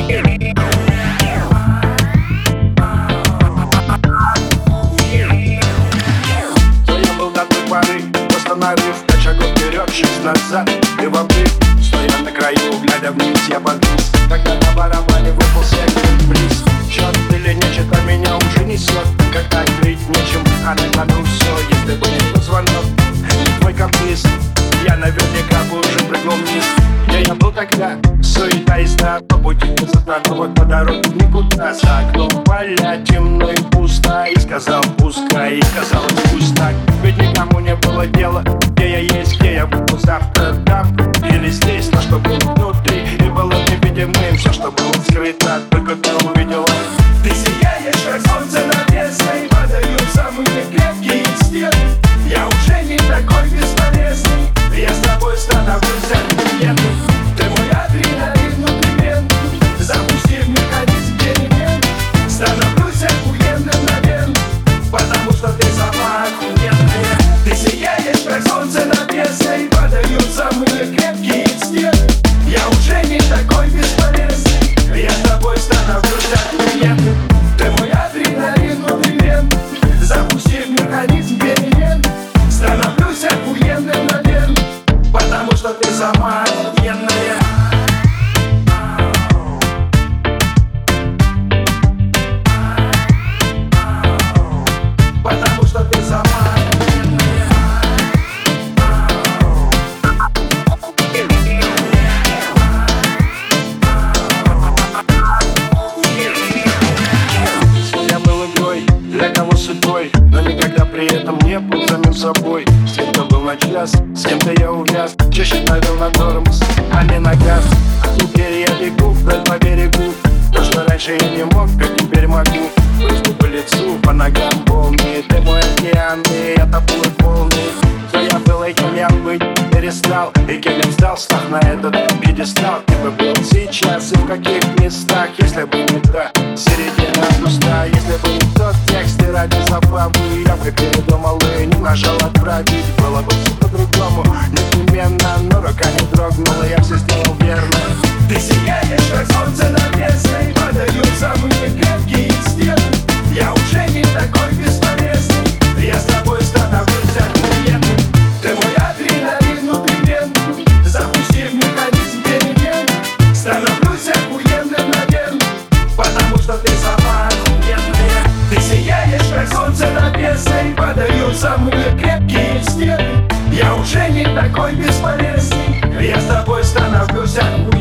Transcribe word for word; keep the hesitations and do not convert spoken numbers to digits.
Остановив на шагу вперед, шесть назад и в обрыв. Стоя на краю, глядя вниз, я подвис, когда на барабане выпал снег вниз. Счет или нечет, а меня уже несет. Когда крыть нечем, а на году все. Если бы не тот звонок, не твой каприз, я наверняка бы уже прыгнул вниз. Где я был тогда? Суета и стар. По пути не затанула, по дороге никуда. За окном поля темно и пусто. И сказал пускай, и казалось пусть так. Ведь никому не было дела, где я есть, где я буду завтра, там или здесь. Но что было внутри и было невидимым, все, что было скрыто, только ты увидела. Ты сияешь, как солнце на Пресной, падают самые крепкие стены. Я уже не такой бесполезный, я с тобой становлюсь охуенным. Ты мой адреналин внутривенно, запустив механизм перемен. Становлюсь охуенным, наверное, потому что ты сама охуенная. Ты сияешь, как солнце на Пресной, падают самые крепкие стены. Я уже не такой бесполезный, я с тобой становлюсь охуенным. Ты мой адреналин внутривенно, запустив механизм перемен. Становлюсь охуенным, наверное, потому что ты сама охуенная. Потому что ты сама охуенная. Я был игрой, для кого судьбой, но никогда при этом не был самим собой. С кем-то был на час, с кем-то я увяз. Чаще навел на тормоз, а не на газ. А теперь я бегу вдаль по берегу. То, что раньше я не мог, как теперь могу. Брызну по лицу, по ногам волны. Ты мой океан, и я топлю полный. Кто я был и кем я быть перестал, и кем я стал, став на этот пьедестал. Ты бы был сейчас и в каких местах, если бы не та середина пуста. Если бы не тот текст и ради забавы, я бы передумал и не нажал отправить. Было бы все по-другому, непременно, но рука не дрогнула, я все сделал верно. Ты сияешь, как солнце на Пресной, падают самые крепкие стены. Я уже не такой бесполезный, я с тобой становлюсь охуенным. Ты мой адреналин внутривенно, запустив механизм перемен. Становлюсь охуенным, наверное, потому что ты сама охуенная. Ты сияешь, как солнце на Пресной, падают самые крепкие стены. Я уже не такой бесполезный, я с тобой становлюсь охуенным.